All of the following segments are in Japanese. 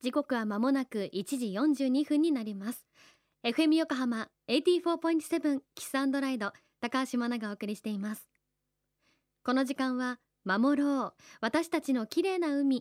時刻は間もなく1時42分になります。 FM 横浜 84.7 キス&ライド、高橋真奈がお送りしています。この時間は守ろう私たちの綺麗な海。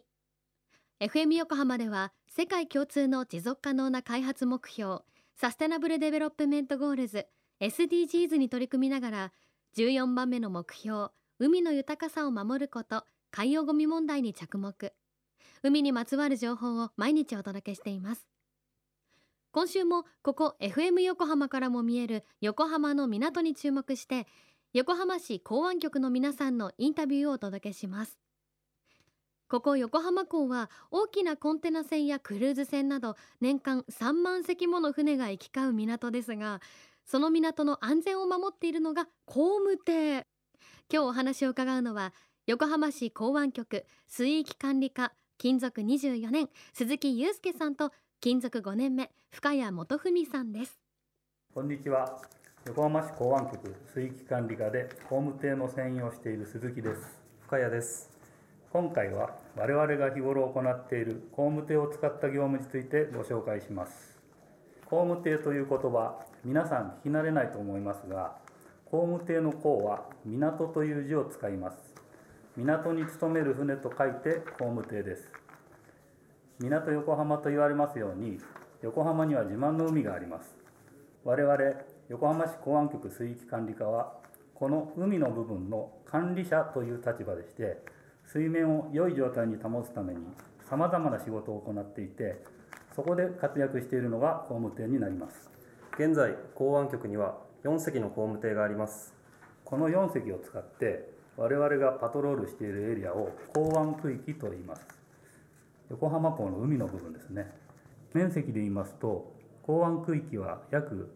FM 横浜では世界共通の持続可能な開発目標サステナブルデベロップメントゴールズ SDGs に取り組みながら、14番目の目標海の豊かさを守ること、海洋ゴミ問題に着目。海にまつわる情報を毎日お届けしています。今週もここ FM 横浜からも見える横浜の港に注目して、横浜市港湾局の皆さんのインタビューをお届けします。ここ横浜港は大きなコンテナ船やクルーズ船など年間3万隻もの船が行き交う港ですが、その港の安全を守っているのが工務艇。今日お話を伺うのは横浜市港湾局水域管理課勤続24年鈴木祐介さんと、勤続5年目深谷元文さんです。 こんにちは。横浜市港湾局水域管理課で工務艇の船員をしている鈴木です。 深谷です。 今回は我々が日頃行っている工務艇を使った業務についてご紹介します。工務艇という言葉、皆さん聞き慣れないと思いますが、工務艇の工は港という字を使います。港に勤める船と書いて工務艇です。港横浜と言われますように、横浜には自慢の海があります。我々横浜市港湾局水域管理課はこの海の部分の管理者という立場でして、水面を良い状態に保つためにさまざまな仕事を行っていて、そこで活躍しているのが工務艇になります。 現在港湾局には4隻の工務艇があります。 この4隻を使って我々がパトロールしているエリアを港湾区域と言います。横浜港の海の部分ですね。面積で言いますと、港湾区域は約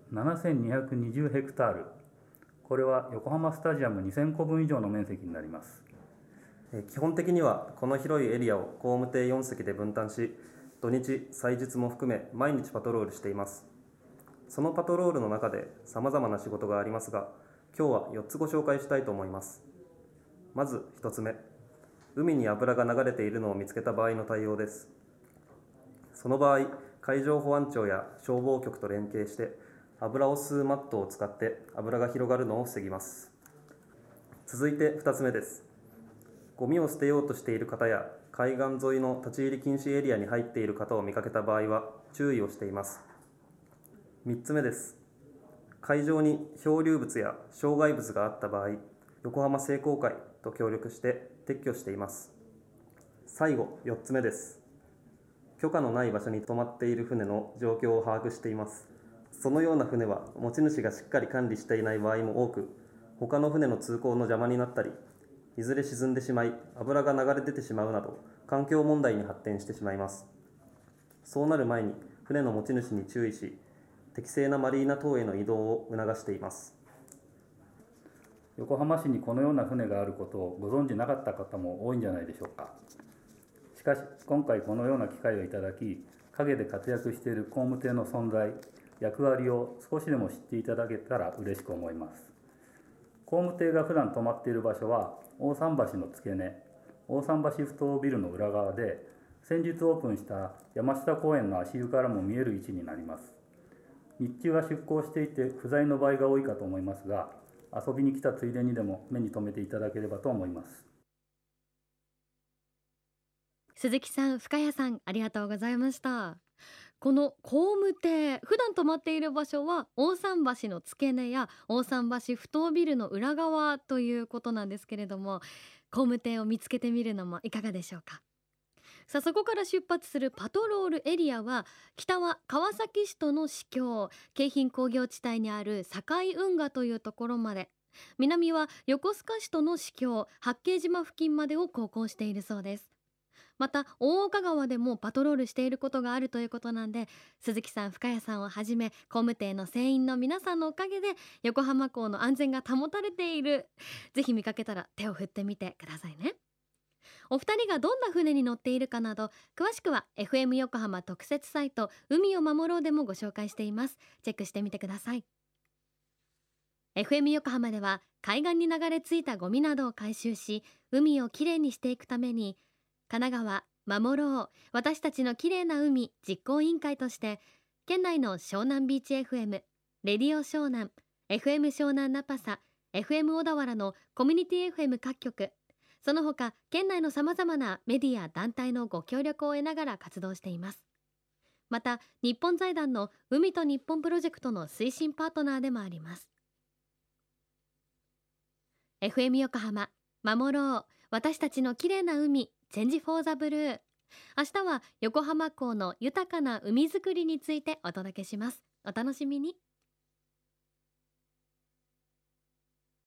7220ヘクタール。これは横浜スタジアム2000個分以上の面積になります。 基本的にはこの広いエリアを工務艇4隻で分担し、土日祭日も含め毎日パトロールしています。そのパトロールの中でさまざまな仕事がありますが、今日は4つご紹介したいと思います。まず1つ目、海に油が流れているのを見つけた場合の対応です。その場合、海上保安庁や消防局と連携して油を吸うマットを使って油が広がるのを防ぎます。続いて2つ目です。ゴミを捨てようとしている方や海岸沿いの立ち入り禁止エリアに入っている方を見かけた場合は注意をしています。3つ目です。海上に漂流物や障害物があった場合、横浜聖航会と協力して撤去しています。最後4つ目です。許可のない場所に止まっている船の状況を把握しています。そのような船は持ち主がしっかり管理していない場合も多く、他の船の通行の邪魔になったり、いずれ沈んでしまい油が流れ出てしまうなど環境問題に発展してしまいます。そうなる前に船の持ち主に注意し、適正なマリーナ等への移動を促しています。 横浜市にこのような船があることをご存じなかった方も多いんじゃないでしょうか。しかし今回このような機会をいただき、陰で活躍している工務艇の存在、役割を少しでも知っていただけたら嬉しく思います。工務艇が普段止まっている場所は大桟橋の付け根、大桟橋ふ頭ビルの裏側で、先日オープンした山下公園の足湯からも見える位置になります。日中は出港していて不在の場合が多いかと思いますが、遊びに来たついでにでも目に留めていただければと思います。 鈴木さん、深谷さん、ありがとうございました。この工務艇、普段止まっている場所は大桟橋の付け根や大桟橋ふ頭ビルの裏側ということなんですけれども、工務艇を見つけてみるのもいかがでしょうか。さあ、そこから出発するパトロールエリアは、北は川崎市との市境、京浜工業地帯にある境運河というところまで、南は横須賀市との市境、八景島付近までを航行しているそうです。また大岡川でもパトロールしていることがあるということなんで、鈴木さん、深谷さんをはじめ工務艇の船員の皆さんのおかげで横浜港の安全が保たれている。ぜひ見かけたら手を振ってみてくださいね。お二人がどんな船に乗っているかなど、詳しくは FM 横浜特設サイト海を守ろうでもご紹介しています。チェックしてみてください。 FM 横浜では海岸に流れ着いたゴミなどを回収し、海をきれいにしていくために神奈川守ろう私たちのきれいな海実行委員会として、県内の湘南ビーチ FM、レディオ湘南、FM 湘南ナパサ、FM 小田原のコミュニティ FM 各局、その他県内のさまざまなメディア団体のご協力を得ながら活動しています。また日本財団の海と日本プロジェクトの推進パートナーでもあります。 FM 横浜守ろう私たちのきれいな海チェンジフォーザブルー。明日は横浜港の豊かな海づくりについてお届けします。お楽しみに。